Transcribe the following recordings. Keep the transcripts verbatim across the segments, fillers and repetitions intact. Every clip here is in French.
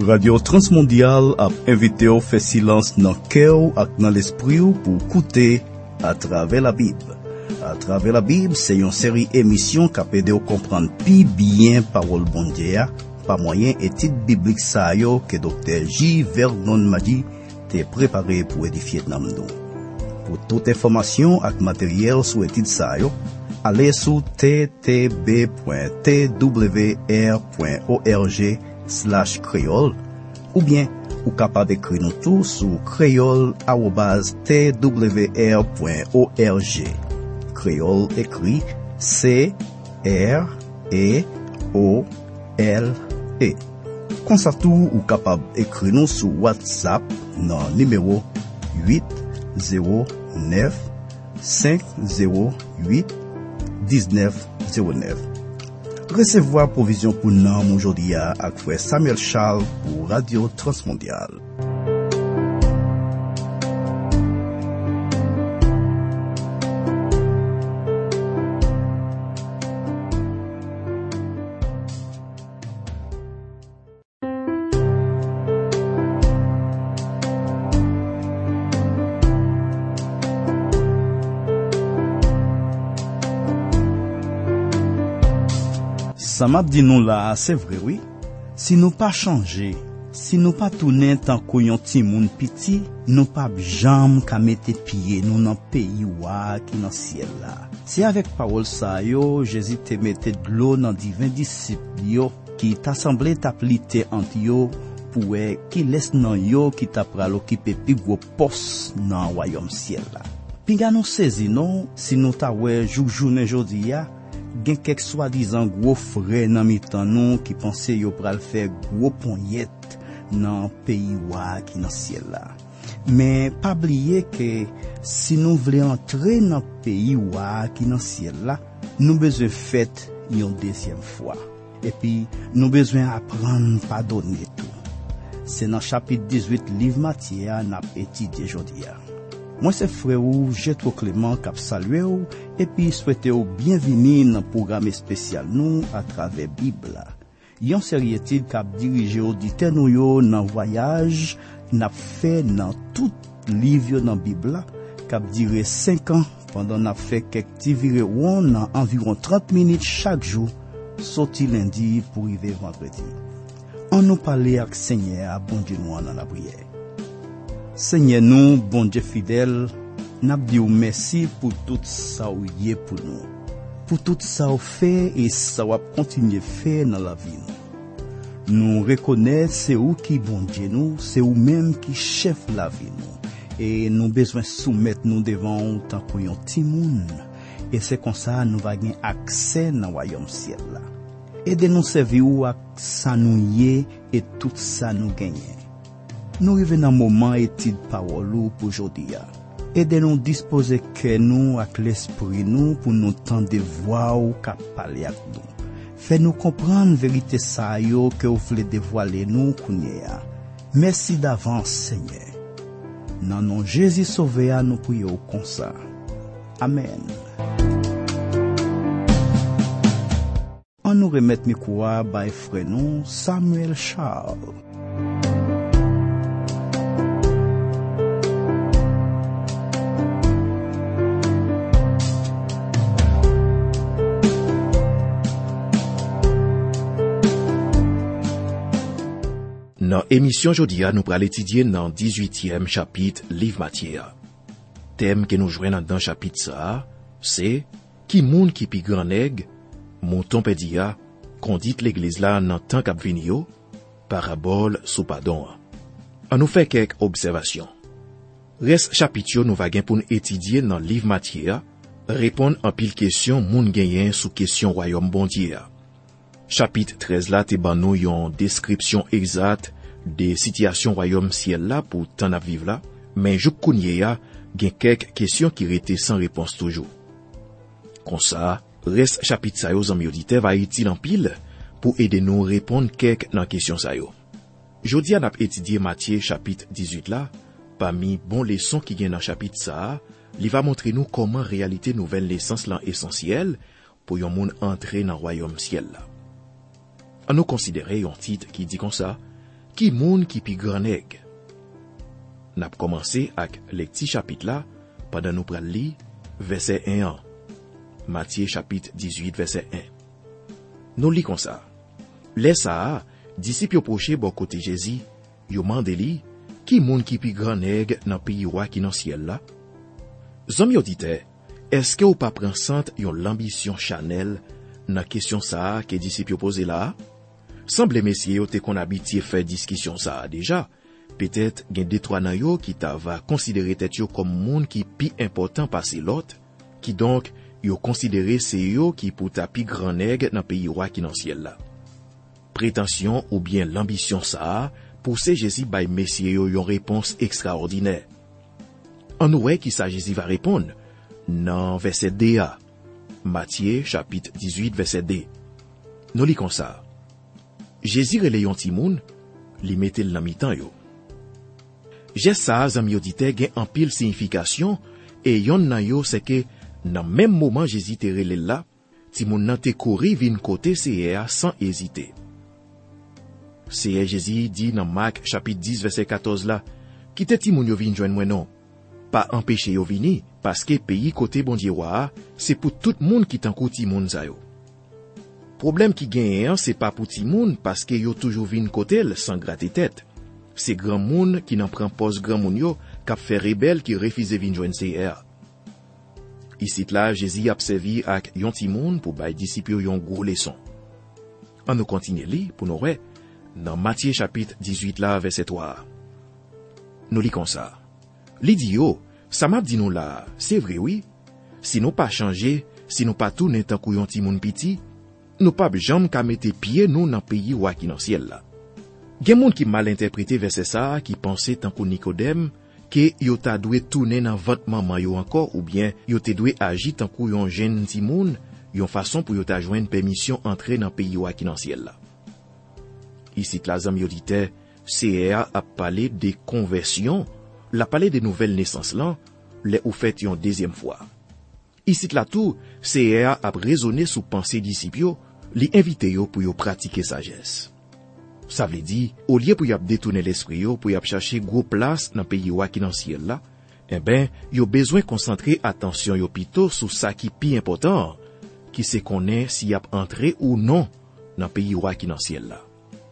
Radio Transmondial a invité au fait silence dans cœur et dans l'esprit pour écouter à travers la Bible. À travers la Bible, c'est une série émission qui a aidé à comprendre plus bien parole bon Dieu par moyen étude biblique ça yo que docteur J. Vernon Madi t'est préparé pour édifier dans nous. Pour toute information et matériel sur étude ça yo, allez sur t t b point t w r point org slash créole ou bien ou capable d'écrire nous tout sur créole arobase t w r point org. Créole écrit C R E O L E. Comme ça tout ou capable d'écrire nous sur WhatsApp dans numéro huit zéro neuf cinq zéro huit dix-neuf zéro neuf. Recevoir provision pour nous aujourd'hui avec frère Samuel Charles pour Radio Transmondial. Ça m'a dit nous là, c'est vrai oui. Si nous pas changer, si nous pas tourner tant qu'on ti moun petit, nous pas jamais ka mettre pied nous dans pays wa qui dans ciel là. C'est avec parole ça yo, Jésus te mettait de l'eau dans divin disciples yo qui t'assemblé t'aplité entre yo pour qui laisse nan yo qui t'a pral occuper plus gros poste dans royaume ciel là. Pinga nous saisi non, si nous ta wè jour journée jodi ya gen quelques soi-disant gros frères nan mitan nou qui pensaient yo pral faire gros ponyette dans pays wa qui dans ciel là. Mais pas oublier que si nous voulons entrer dans pays wa qui dans ciel là, nous besoin faire une deuxième fois. Et puis nous besoin apprendre pardonner tout. C'est dans chapitre dix-huit livre Matthieu n'a étudié aujourd'hui. Moi c'est frère ou Jetro Clément qui salué ou et puis souhaiter ou bienvenue dans programme spécial nous à travers Bible. Yon série étude qui a dirigé auditeur nous yo dans voyage n'a fait dans tout livre dans Bible qui a duré cinq ans pendant n'a fait quelques petits virons dans environ trente minutes chaque jour sorti lundi pour arriver vendredi. On nous parler avec Seigneur bon Dieu nous dans la prière. Seigneur nous, bon Dieu fidèle, n'a dit merci pour tout ça ou y est pour nous. Pour tout ça ou fait et ça va continuer faire dans la vie nous. Nous reconnaissons c'est où qui bon Dieu nous, c'est où même qui chef la vie nous. Et nous besoin soumettre nous devant tant qu'on petit monde. Et c'est comme ça nous va gagner accès dans le royaume ciel là. Aidez-nous servir ou à ça nous y et tout ça nous gagner. Nous arrivons dans un moment étude parole pour aujourd'hui. Aidez-nous disposer que nous avec l'esprit nous pour nous tendre de voir ou cap parler avec nous. Fais-nous comprendre vérité ça yo que vous voulez dévoiler nous kounya. Merci d'avance Seigneur. Dans nom Jésus sauvé nous prions comme ça. Amen. On nous remet micro à frère nous Samuel Charles. Dans émission jodia nous pral étudier dans dix-huitième chapitre livre Matthieu. Thème que nous joignons dans chapitre ça, c'est qui moun qui pi grand nèg, monton pédia, conduite l'église là dans temps k'ap vini yo, parabole sous pardon. On nous fait quelques observations. Reste chapitre nous va gen pour nous étudier dans livre Matthieu, répondre en pile question moun genyen sous question royaume bon Dieu. Chapitre treize là te ban nou yon description exacte des situations royaume ciel là pour t'en vivre là, mais jou kounye ya gen quelques questions qui rete sans réponse toujours. Comme ça, reste chapitre sa yo zanmi auditeur va utile en pile pour aider nous répondre quelques dans question sa yo. Jodi an ap étudier Matthieu chapitre dix-huit là, parmi bon leçon qui gen dans chapitre ça, li va montrer nous comment réalité nouvelle naissance là essentiel pour yon moun entrer dans royaume ciel là. On nous considérer un titre qui dit comme ça, Qui moun qui pi grand nèg? N'a commencé avec les petits chapitres là pendant nous pral li verset un an. Matthieu chapitre dix-huit verset un. Nous li comme ça. Les ça, disciples proche bon côté Jésus, yo mande li, qui moun qui pi grand nèg dans pays roi qui dans ciel là? Zom yo dite, est-ce que ou pas prend sente yon l'ambition Chanel dans question ça que disciples posé là? Semble messieurs yo te kon habitué faire discussion ça déjà. Peut-être gen deux trois nan yo qui ta va considérer tête yo comme moun qui pi important passer l'autre, qui donc yo considéré c'est yo qui pour ta pi grand nèg dans pays roi qui dans ciel là. Prétention ou bien l'ambition ça pousse Jésus bay messieurs yo yon réponse extraordinaire. En oué qui ça Jésus va répondre dans verset deux a. Matthieu chapitre dix-huit verset deux. Nous li comme ça. Jésus relè yon ti moun, li mette l nan mi-tan yo. J'ai ça zami yo dite gen en pile signification et yon nan yo c'est que dans même moment Jésus te relè là, ti moun nan te kouri vin côté Seigneur sans hésiter. Seigneur Jésus dit dans Marc chapitre dix verset quatorze là, qui te ti moun yo vin joindre moi non, pas empêcher yo vini parce que pays côté bon Dieu wa, c'est pour tout moun qui tan ti moun sa yo. Problème qui gagne, c'est pas pour ti moun parce que yo toujours vin côté sans gratter tête. C'est grand moun qui n'en prend pas grand moun yo k'ap fait rebelle qui refuse vin joindre Seigneur. Ici là Jésus a servi ak yon ti moun pour bay disciples yon gros leçon. On nous continue li pour nous ouais dans Matthieu chapitre dix-huit là verset trois. Nous li comme ça. Li dit yo, ça m'a dit nous là, c'est vrai oui. Si nous pas changer, si nous pas tourner tant kou yon ti moun piti, nous pas jamais ka mette pied nous dans pays roi qui dans ciel là. Gen moun qui mal interprété verset ça, qui pensait tant kou Nicodème que yo ta doué tourner dans votre maman yo encore ou bien yo te doué agir tant kou yon jeune ti moun, yon façon pour yo ta joindre permission entrer dans pays roi qui dans ciel là. Ici la zam yo dite, C R a parlé de conversion, la parlé de nouvelle naissance là, les ou fait yon deuxième fois. Ici la tout, C R a raisonné sous pensée disciples, li invite yo pour yo pratiquer sagesse. Ça veut dire, au lieu pour y ap détourner l'esprit yo, pour y ap chercher gros place dans pays roi qui dans ciel là, eh ben, yo besoin concentrer attention yo plutôt sur ça qui pi important, qui se connaît si y ap entrer ou non dans pays roi qui dans ciel là.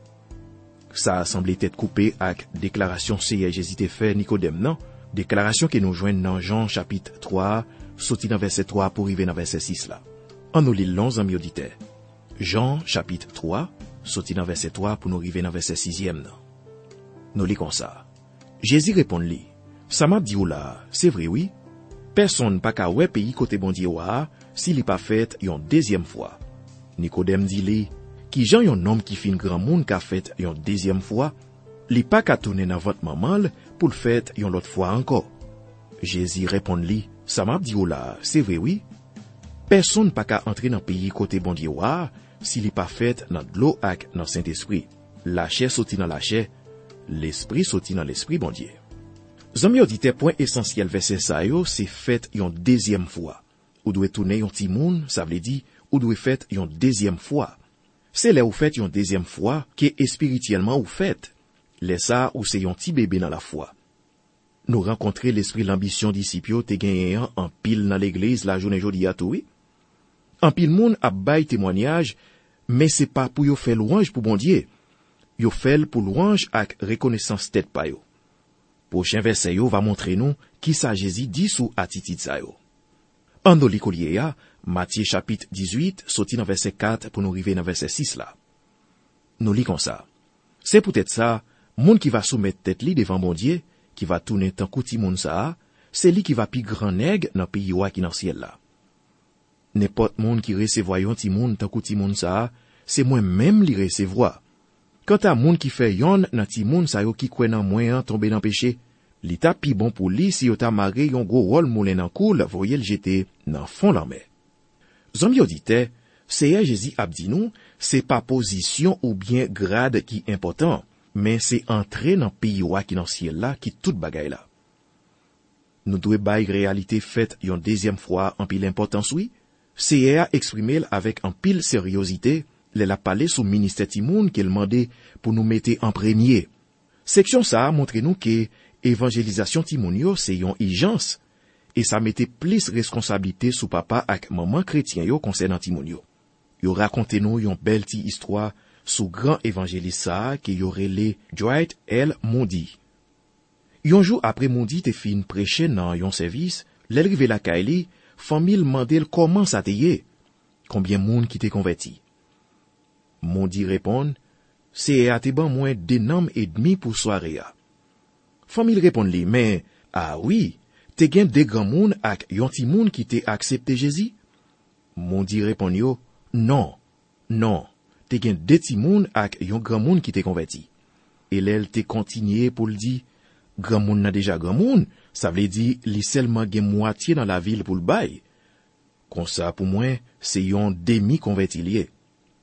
Ça a semblé être coupé avec déclaration Seigneur Jésus te fait Nicodème non, déclaration que nous joignent dans Jean chapitre trois, sorti dans verset trois pour arriver dans verset six là. En nous lisons en auditeurs. Jean chapitre trois, sorti dans verset trois pour nous arriver dans verset sixième non. Nous lisons comme ça. Jésus répond li, ça m'a dit ou là, c'est vrai oui. Personne pas ka ouais pays côté bon Dieu wa, s'il est pas fait une deuxième fois. Nicodème dit li, qui jan yon homme qui fin grand monde qu'a fait une deuxième fois, li pas ka tourner dans votre maman pour le fait une l'autre fois encore. Jésus répond li, ça m'a dit ou là, c'est vrai oui. Personne pas ka entrer dans pays côté bon Dieu wa, s'il est pas fait dans de l'eau ak dans Saint-Esprit. La chair sorti dans la chair, l'esprit sorti dans l'esprit bon Dieu. Zami audite point essentiel verset ça yo, c'est fait une deuxième fois. Ou doit tourner yon ti moun, ça veut dire ou doit fait une deuxième fois. C'est là où fait une deuxième fois que spirituellement ou fait. Les ça ou c'est yon ti bébé dans la foi. Nous rencontrer l'esprit l'ambition disciples te gagné en pile dans l'église la journée jodi a tout oui. En pile moun a bay témoignage, mais c'est pas pour yo faire louange pour bon Dieu. Yo fait pour louange avec reconnaissance tête pa yo. Prochain verset yo va montrer nous qui ça Jésus dit sous attitude ça yo. En nous likolier ya, Matthieu chapitre dix-huit, sorti dans verset quatre pour nous arriver dans verset six là. Nous lisons ça. C'est peut-être ça, monde qui va soumettre tête li devant bon Dieu, qui va tourner tant kouti moun ça, c'est lui qui va pi grand nèg dans pays roi qui dans ciel là. N'importe monde qui recevoyon ti moun tant kouti moun ça, c'est moi même li recevoir. Quant à monde qui fait yon nan ti moun sa yo qui kwen nan moyen tomber dans péché, li ta pi bon pour li si yo ta maré yon gros rôle moulin nan koul, voyez le jeter nan fond la mer. Zami audite, Seigneur Jésus a dit nous, c'est pas position ou bien grade qui important, mais c'est entrer dans pays roi qui dans ciel là qui toute bagaille là. Nous devons bailler réalité faite une deuxième fois en pile importance oui. Seigneur exprimé avec en pile sérieuxité lè la parlé sou ministère ti moun qu'elle mandé pour nous mettre en premier. Section ça montre nous que évangélisation ti moun yo c'est yon urgence et ça mettait plus responsabilité sous papa ak maman chrétien yo concernant ti moun yo. Yo raconté nous yon belle ti histoire sous grand évangéliste ça qui yo relé Dwight L. Moody. Yon jour après Moody te fin prêcher dans yon service, l'el rive la Kaili, famille mandel comment ça te yé, combien moun qui te converti. Moody répond, c'est à te ban moins d'un an et demi pour soirée a. Famille répond li, mais, ah oui, te gen de grand moun ak yon ti moun qui te accepté Jésus? Moody répond yo, non, non, te gen de ti moun ak yon grand moun qui te converti. Et l'el te continué pour le dire, grand moun n'a déjà grand moun, ça veut dire li seulement gen moitié dans la ville pour le bail. Comme ça pour moi, c'est yon demi converti lié.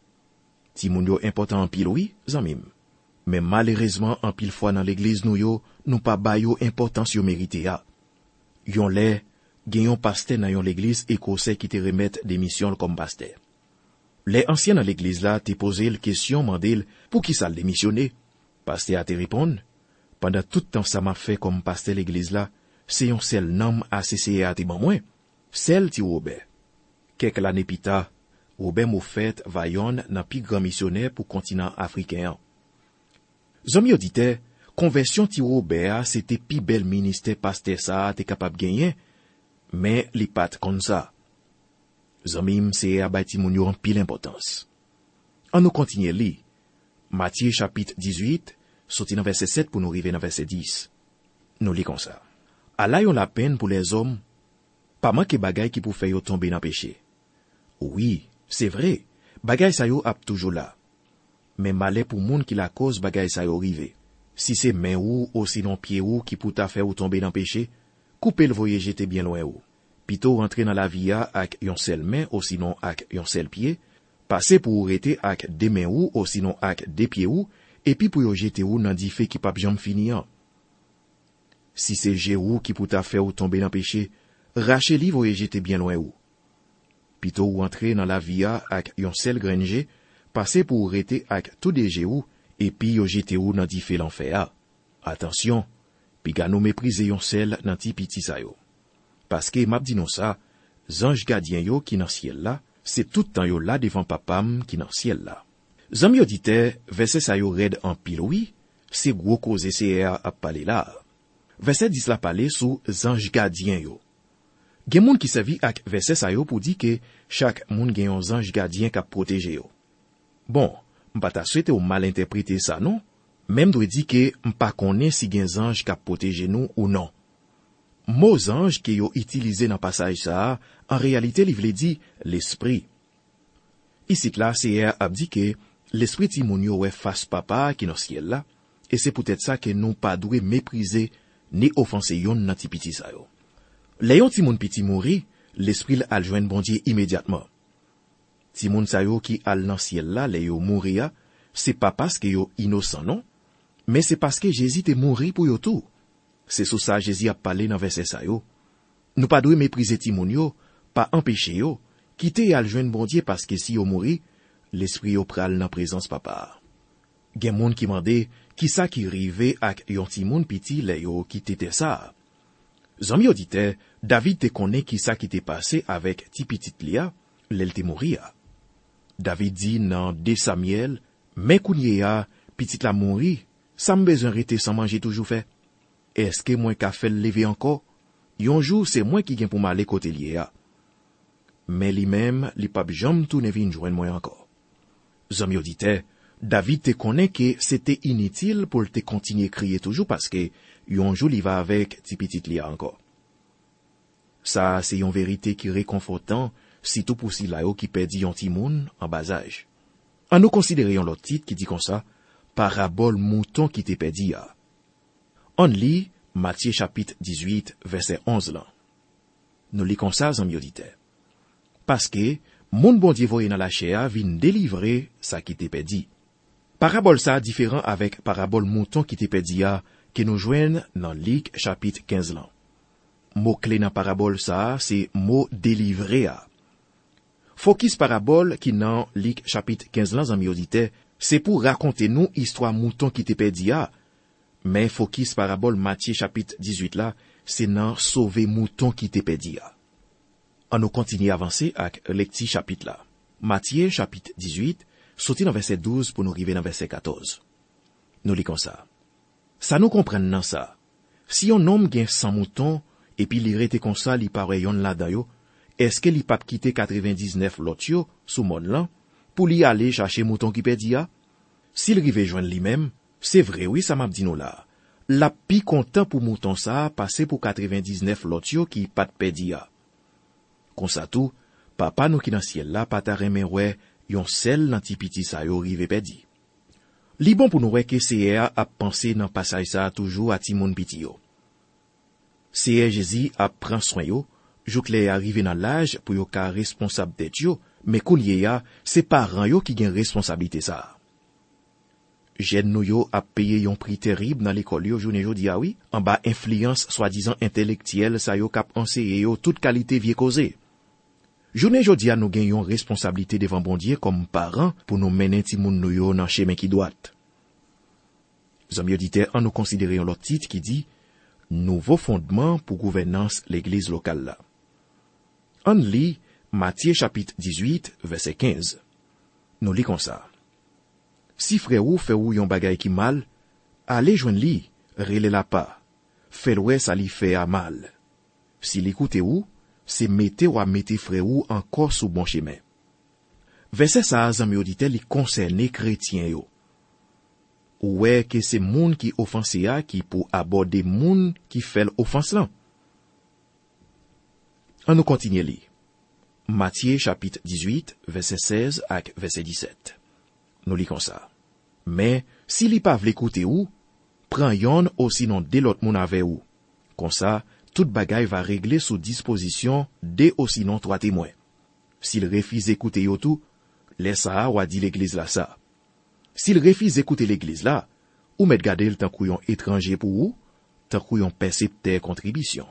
Ti moun yo important en pile oui, zanmim. Mais malheureusement en pile fois dans l'église nou yo, nou pa bay yo importance yo mérité a. Yon lè, gen yon pasteur dans yon l'église écossais qui te remet démission comme pasteur. Les anciens dans l'église là te posé le question mandel pour qui ça le démissionner. Pasteur a te répondre, pendant tout temps ça m'a fait comme pasteur l'église là, c'est yon seul nom à cessé à te ban moins, celle ti Robert. Quelques l'année plus tard, Robert Moffett va yon nan pi grand missionnaire pour continent africain. Zom yo dite, conversion ti Robert c'était pi bel ministère pasteur ça te capable gagner, mais li pat kon ça. Zomim c'est a bay ti moun yo an pile importance. An nou continue li. Matthieu chapitre dix-huit, sorti dans verset sept pour nous arriver dans verset dix. Nous li comme ça. Allah yon la peine pour les hommes, pas manque bagay qui pour faire yo tomber dans péché. Oui, c'est vrai, bagay sa yo ap toujours là. Mais malheur pour moun qui la cause bagay sa yo rive. Si c'est main ou ou sinon pied ou qui pour ta faire ou tomber dans péché, coupez le voyer jeter bien loin ou. Pito rentrer dans la via ak yon sel main ou sinon ak yon sel pied, passer pour rester ak des mains ou ou sinon ak des pieds ou, et puis pour yo jeter ou nan di fait qui pa jam fini an. Si c'est Jérou qui pour ta faire ou tomber dans péché, rache li voye jeter bien loin ou. Pito ou entrer dans la via ak yon sel grenje, passer pour rester ak tout des Jérou, et puis yo jeter ou nan di fait l'enfer. Attention, pi ga nou mépriser yon sel nan ti piti sa yo. Parce que m'a dit non ça, zange gardien yo qui dans ciel là, c'est tout temps yo là devant papam qui dans ciel là. Zam yo dite, verset sa yo red en pile oui, c'est gros cause c'est à parler là. Verset dix la parler sous zange gardien yo. Gen moun qui servi ak verset sa yo pour dire que chaque moun gen yon zange gardien qui protège yo. Bon, m'pa ta souhaité ou mal interpréter ça non, même doit dire que m'pa connaît si gen zange qui protège nous ou non. Mot ange qui yo utilisé dans passage ça, en réalité il veut dire l'esprit. Ici là c'est a dit que l'esprit ti moun yo ouais face papa qui dans ciel là, et c'est peut-être ça que nous pas doué mépriser ni offenser yon nan ti piti sa yo. Le yon ti moun piti mouri, l'esprit al joine bon Dieu immédiatement. Ti moun sa yo qui al dans ciel là, le yo mouri a, c'est pas parce que yo innocent non, mais c'est parce que Jésus te mouri pour yo tout. C'est sous ça Jésus a parlé dans verset ça yo. Nous pas doué mépriser ti moun yo, pas empêcher yo, quitter al joine bon Dieu parce que si yo mouri, l'esprit yo pral dans présence papa. Gen moun qui mande qui ça qui rive ak yon ti moun piti le yo qui t'était ça. Zami yo dite, David te connaît qui ça qui t'est passé avec ti petite Lia, l'el te mouria. David dit dans deux Samuel, mais kounye ya, petite la mouri, ça me besoin rester sans manger toujours fait. Est-ce que moi qu'a fait lever encore? Yon jour c'est moi qui gagne pour m'aller côté Lia. Mais lui-même, li pa jam tourne vin joindre moi encore. Zami yo dite, David te connaît que c'était inutile pour te continuer crier toujours parce que yon jour il va avec ti petite Lia encore. Ça c'est une vérité qui réconfortant surtout pour si la yo qui perdit yon ti moun en bas âge. En nous considérons l'autre titre qui dit comme ça, parabole mouton qui te perdi a. On lit Matthieu chapitre dix-huit verset onze là. Nous lit comme ça zami yo dite. Parce que moun bon Dieu voye dans la chair vin délivrer ça qui te perdi. Parabole ça différent avec parabole mouton qui te perdi a que nous joignent dans Luc chapitre quinze là. Mot clé dans parabole ça c'est mot délivrer a. Focus parabole qui nan Luc chapitre quinze lan zanmi audite, c'est pour raconter nous histoire mouton qui te perdu a. Mais focus parabole Matthieu chapitre dix-huit là, c'est nan sauver mouton qui te perdu a. On nous continue avancer avec lecti chapitre là. Matthieu chapitre dix-huit, sorti dans verset douze pour nous arriver dans verset quatorze. Nous lisons ça. Ça nous comprenne nan ça. Si un homme gagne cent moutons, et puis il rete comme ça, il paraît yon là-dedans yo, est-ce que li pape quitter quatre-vingt-dix-neuf l'autre yo, sous monde là, pour li aller chercher mouton qui perdi a? S'il rive joindre lui-même, c'est vrai oui, ça m'a dit nous là. La pi content pour mouton ça, passer pour quatre-vingt-dix-neuf l'autre yo qui pas perdi a. Comme ça tout, papa nous qui dans ciel là, pas ta remen ouais, yon sel nan ti piti sa yo rive perdi. Li bon pour nous ouais que c'est a penser dans passage ça toujours à ti moun piti yo. C'est Jésus a prend soin yo, jouk les arrivé dans l'âge pour yo ka responsable d'être yo, mais kounye ya, c'est parents yo qui gen responsabilité ça. Jeune nou yo a payé yon prix terrible dans l'école yo journée jodi a oui, en bas influence soi-disant intellectuelle ça yo kap enseigné yo toute qualité vie causée. Journée jodi a nous gen yon responsabilité devant bon Dieu comme parents pour nous mener ti moun nou yo dans chemin qui droit. Zami auditeurs, en nous considérer l'autre titre qui dit nouveau fondement pour gouvernance l'église locale là. On lit Matthieu chapitre dix-huit verset quinze. Nous lit comme ça. Si frère ou fait ou yon bagay qui mal, allez joindre li, rele la pas. Fait ouais ça li fait à mal. Si l'écoute ou, c'est mette ou à mette frère ou encore sous bon chemin. Verset ça, zami auditeur, li concerne chrétien yo. Ouais que c'est moun qui offense a qui pour aborder moun qui fait l'offense là. On nous continue li. Matthieu chapitre dix-huit verset seize à verset dix-sept. Nous lisons ça. Mais si li pa vle écouter ou, prend yon aussi non de l'autre moun avec ou. Comme ça, toute bagaille va régler sous disposition de aussi non trois témoins. S'il refuse écouter yo tout, laisse ça ou a dit l'église là ça. S'il refuse écouter l'église là, ou met garder le temps couillon étranger pour ou, tant couillon percepteur contribution.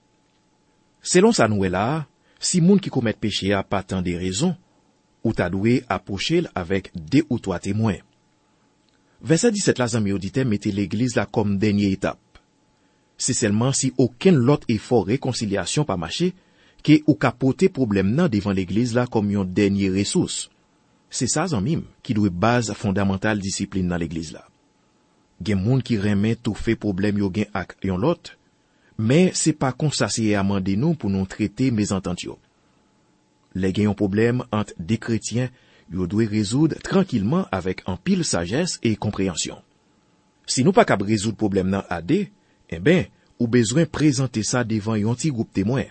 Selon ça nous là, si moun qui commet péché a pas tant de raisons, ou ta doué approcher avec deux ou trois témoins. Verset dix-sept là, zami auditeur, mettez l'église là comme dernière étape. C'est seulement si aucun autre effort réconciliation pas marché, que ou capoter problème nan devant l'église là comme yon dernière ressource. C'est ça, zami, qui doit base fondamentale discipline dans l'église là. Gen moun qui remet tout fait problème yo gen ak yon lot, mais c'est pas comme ça c'est amendé nous pour nous traiter mésentente yo. Les gen yon problème entre des chrétiens, yo doit résoudre tranquillement avec un pile sagesse et compréhension. Si nous pas cap résoudre problème nan à deux, eh ben, ou besoin présenter ça devant yon ti groupe témoin.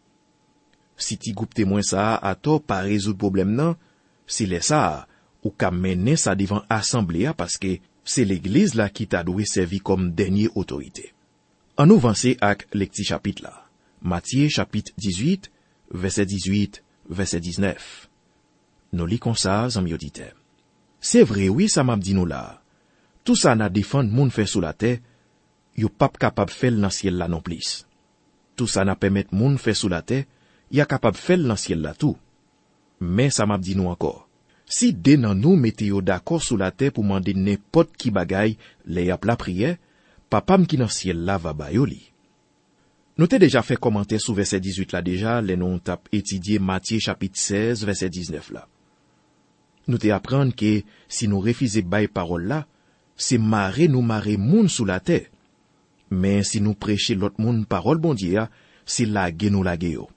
Si ti groupe témoin ça a tort pas résoudre problème nan, c'est les ça ou ka mener ça devant assemblée parce que c'est l'église là qui t'a doué servir comme dernière autorité. En nous avancer avec le petit chapitre là. Matthieu chapitre dix-huit, verset dix-huit, verset dix-neuf. Nous lisons ça, amis auditeurs. C'est vrai, oui, ça m'a dit nous là. Tout ça n'a défendre moun fait sous la terre, yo pas capable faire dans ciel là non plus. Tout ça n'a permettre moun fait sous la terre, y a capable faire dans ciel là tout. Mais ça m'a dit nous encore. Si dès nan nous mettez yo d'accord sous la terre pour demander n'importe qui bagaille, les y a la prière, papa m qui dans ciel là va ba yo li. Nous t'ai déjà fait commentaire sous verset dix-huit là déjà, les nous tap étudié Matthieu chapitre seize verset dix-neuf là. Nous t'ai apprendre que si nous refusons bail parole là, c'est marrer nous marrer moun sous la terre. Mais si nous prêcher l'autre moun parole bon Dieu, c'est laguer nous laguer yo.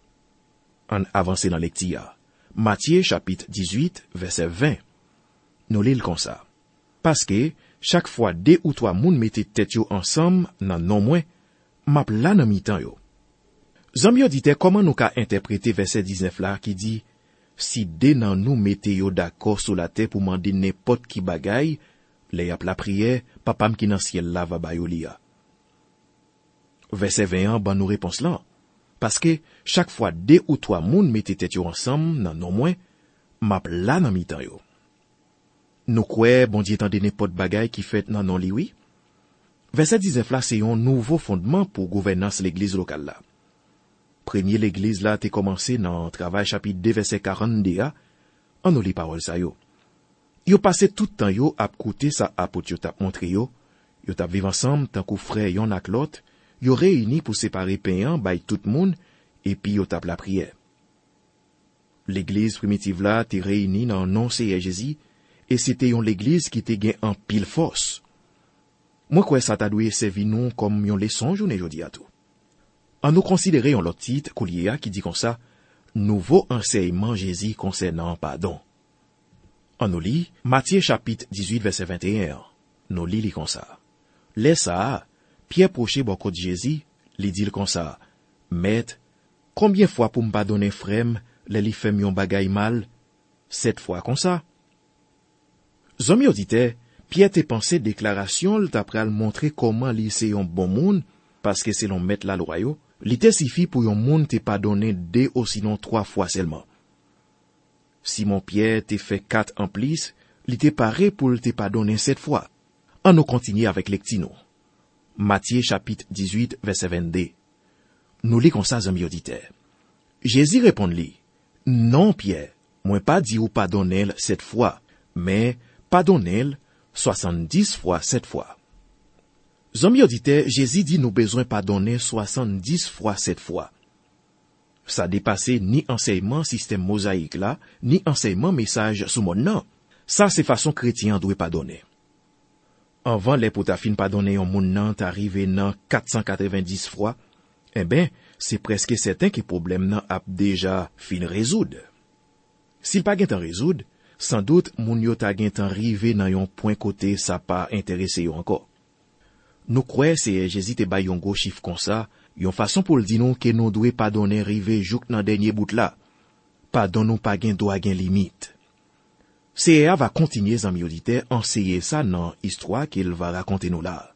En avancer dans lecture. Matthieu chapitre dix-huit verset vingt. Nous lisons comme ça. Parce que chaque fois deux ou trois moun mettez tête yo ensemble nan non moins, map la nan mi-temps yo. Zami auditeurs, comment nous ka interpréter verset dix-neuf là qui dit si deux nan nous mettez yo d'accord sur la terre pour demander n'importe qui bagaille, les ap la prière, papa m qui nan ciel là va ba yo li a. Verset vingt ban nous réponse là. Parce que chaque fois deux ou trois moun mettez tête yo ensemble nan non moins, map la nan mi-temps yo. Nous croyons bon Dieu tande n'importe bagaille qui fait nan non li oui. Verset dix-neuf là c'est un nouveau fondement pour gouvernance l'église locale là. Premier l'église là t'est commencé dans travail chapitre deux verset quarante-deux a, on nous lit parole ça yo. Yo passé tout temps yo à côté ça apôtre yo t'a montré yo, yo t'a vivre ensemble tant qu'au frère yon ak l'autre, yo réuni pour séparer pain bay tout monde et puis yo t'a la prière. L'église primitive là t'est réunie dans nom Seigneur Jésus et c'était yon l'église qui t'est gain en pile force. Moi quoi ça t'a doué servi nous comme yon leçon journée jodi à tout. En nous considérer yon l'autre titre Koulier qui dit comme ça, nouveau enseignement Jésus concernant pardon. En nous lit Matthieu chapitre dix-huit verset vingt et un. Nous lit li comme ça. Laisse ça, Pierre proché bon côté Jésus, li dit comme ça. Maître, combien fois pour me pardonner frère, les li fait yon bagay mal? Sept fois comme ça. Zomi auditeur, Pierre te pensé déclaration l t'apre al montrer comment li c'est yon bon monde parce que selon maître la loi yo, li te suffit pour yon monde te pardonner deux ou sinon trois fois seulement. Simon Pierre te fait quatre en plus, li te paré pour te pardonner sept fois. On nous continue avec lectino. Matthieu chapitre dix-huit verset vingt-deux. Nous lit comme ça zomi auditeur. Jésus répond li, non Pierre, moi pas dit ou pardonner sept fois, mais pardonner soixante-dix fois sept fois. Zomi auditeur, Jésus dit nous besoin pardonner soixante-dix fois sept fois. Ça dépassé ni enseignement système mosaïque là, ni enseignement message sous mon nom. Ça c'est façon chrétien doit pardonner. Avant les pour ta fin pardonner un moun nan t'arrive nan quatre cent quatre-vingt-dix fois, eh ben, c'est presque certain que problème nan a déjà fin résoudre. S'il pas gen tan résoudre, sans doute moun yo ta gen tan rive nan yon point côté ça pas intéressé yo encore. Nous croyons c'est Jésus te bay yon go chiffre comme ça, yon façon pour le dire nous que nous doit pardonner rive jouk nan dernier bout là. Pardon nous pas gen doit gen limite. C E A va continuer zami auditeur enseigner ça dans histoire qu'il va raconter nous là.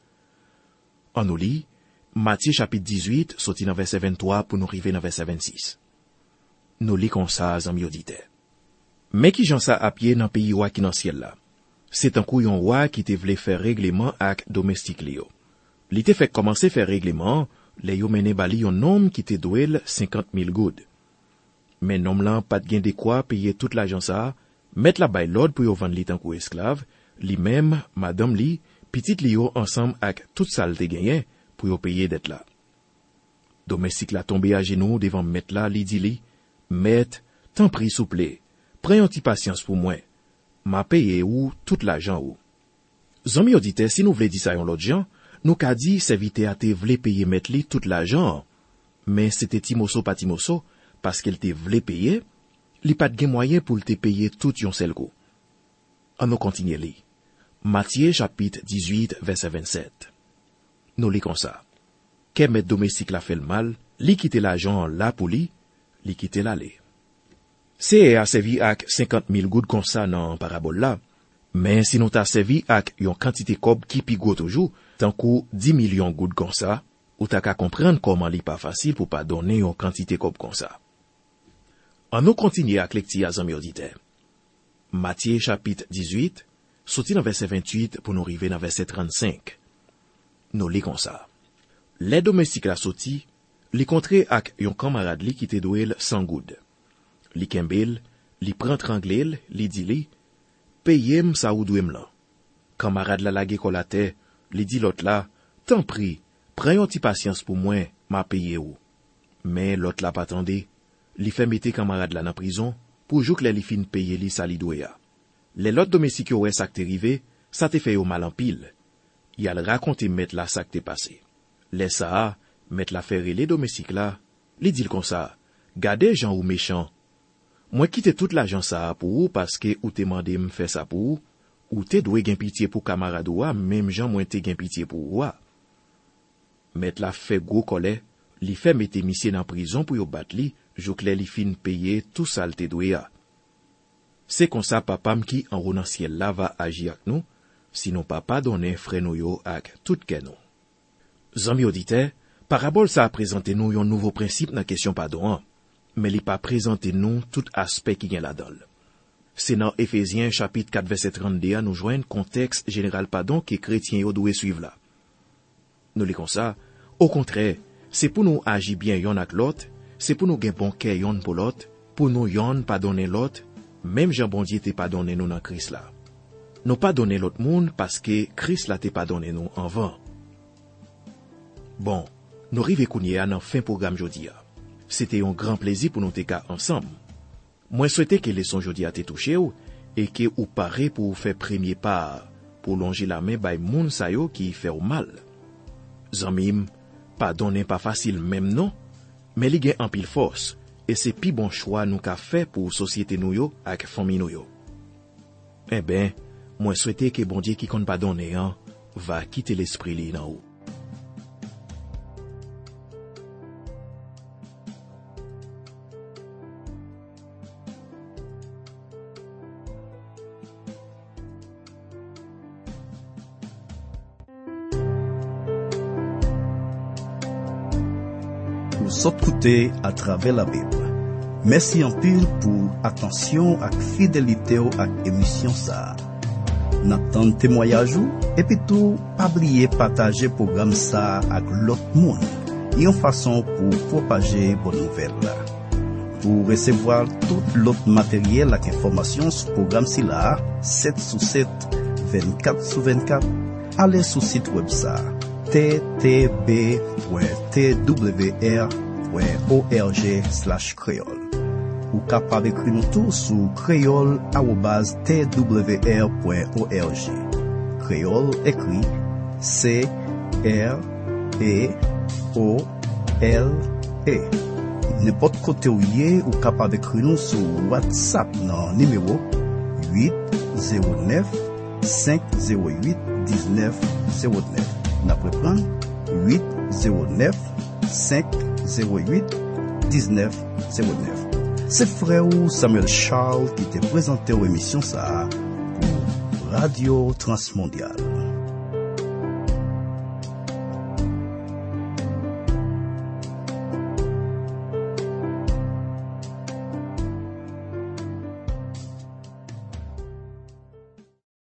On nous lit Matthieu chapitre dix-huit, sorti dans verset vingt-trois pour nous arriver dans verset vingt-six. Nous lit comme ça zami auditeur. Mais qui j'en ça à pied dans pays roi qui dans ciel là. C'est un coup yon roi qui te voulait faire règlement avec domestique li yo. Li te fait commencer faire règlement, les yo mené bali yon homme qui te douel cinquante mille goud. Mais nom là pas de gain de quoi payer toute l'argent ça, mettre la bay l'ordre pour yo vendre li tant kou esclave, li même madame li, petite li yo ensemble avec toute ça te gagné pour yo payer dette là. Domestique la tombé à genoux devant mettre là, li dit li, maître, t'en prie souple, prends un petit patience pour moi. M'a payé ou tout l'argent ou. Zomi auditeur, si nous voulons dire ça yon l'autre gens, nous qu'a dit serviteur a te voulait payer mettre li tout l'argent. Mais c'était Timoso pas Timoso, parce qu'elle te voulait payer, li pas de gen moyen pour te payer tout yon sel go. On nous continue li. Matthieu chapitre dix-huit verset vingt-sept. Nous li comme ça. Qu'est mettre domestique la fait le mal, li quitte l'argent là pour li, li quitte l'aller. C'est a servi avec cinquante mille gouttes comme ça dans parabole là. Mais si nous t'a servi avec une quantité cob qui pigo toujours, tant qu'au dix millions gouttes comme ça, ou t'as qu'à comprendre comment li pas facile pour pas donner une quantité cob comme ça. On nous continue avec lecture à zami auditeur. Matthieu chapitre dix-huit, sorti dans verset vingt-huit pour nous arriver dans verset trente-cinq. Nous lit comme ça. Les domestiques la sorti, li contré avec un camarade li qui te douel cent gouttes. Li kembel, li prend tranglel, li dit li, payem sa ou douem lan. Camarade la lage kolate, li dit l'autre là, t'en prie, prends un petit patience pour moi, m'a payé ou. Mais l'autre là pas tendé, li fait mette camarade la dans prison, pour jou que li fin paye li sa li doya. Les l'autre domestique yo wè sa te rive, sa te fait yo mal en pile. Y a le raconter mettre la sa te passé. Les ça, mettre la faire les domestiques là, li dit comme ça, gardez gens ou méchants. Moi quitte toute l'argent ça pour ou parce que ou te mandé me faire ça pour ou te doué gen pitié pour camarade ou même gens moi te gen pitié pour ou. Mettre la fait gros collet, li fait mette monsieur dans prison pour yo battre li, jou que li fin payer tout ça te doué a. C'est comme ça papa qui en haut dans ciel là va agir avec nous, sinon papa donner frère nous yo avec tout ken nous. Zami auditeur, parabole ça a présenté nous un nouveau principe dans question pardon. Mais il pas présenté nous tout aspect qui vient là-dedans. C'est dans Éphésiens chapitre quatre verset trente-deux à nous joindre contexte général pardon que chrétiens yo doivent suivre là. Nous lisons ça, au contraire, c'est pour nous agir bien yon ak l'autre, c'est pour nous gen bon cœur yon pour l'autre, pour nous yon pardonner l'autre, même Jean bon Dieu te pardonné nous dans Christ là. Nous pardonner l'autre monde parce que Christ là te pardonné nous avant. Bon, nous rive kounye à nan fin programme jodi a. C'était un grand plaisir pour nous te ka ensemble. Moi souhaite que leçon jodi a te touché ou et que ou paré pour faire premier pas pour longer la main bay moun sa yo qui fait ou mal. Zanmim, pardonner pas facile même non, mais li gen en pile force et c'est pi bon choix nous ka fait pour société nou yo ak famille nou yo. Eh ben, moi souhaite que bon Dieu qui compte pardonner hein, va quitter l'esprit li nan ou. Sot koute à travers la Bible. Merci en pile pour attention ak fidélité ou ak émission ça. N'attend témoignage ou et puis tout pas oublier partager programme ça avec l'autre monde. Une façon pour propager bonne nouvelle là. Pour recevoir tout l'autre matériel ak information sur programme si là sept sur sept, vingt-quatre sur vingt-quatre, allez sur site web ça t t b point t w r point org slash créole. Ou capable écrire nous tout sur créole arobase t w r point org. Créole écrit C R E O L E. N'importe côté où y est, ou capable écrire nous sur WhatsApp dans numéro huit zéro neuf cinq zéro huit dix-neuf zéro neuf. N'après prendre huit zéro neuf cinq zéro huit dix-neuf zéro neuf. C'est frère Samuel Charles qui te présenté aux émissions ça pour Radio Transmondiale.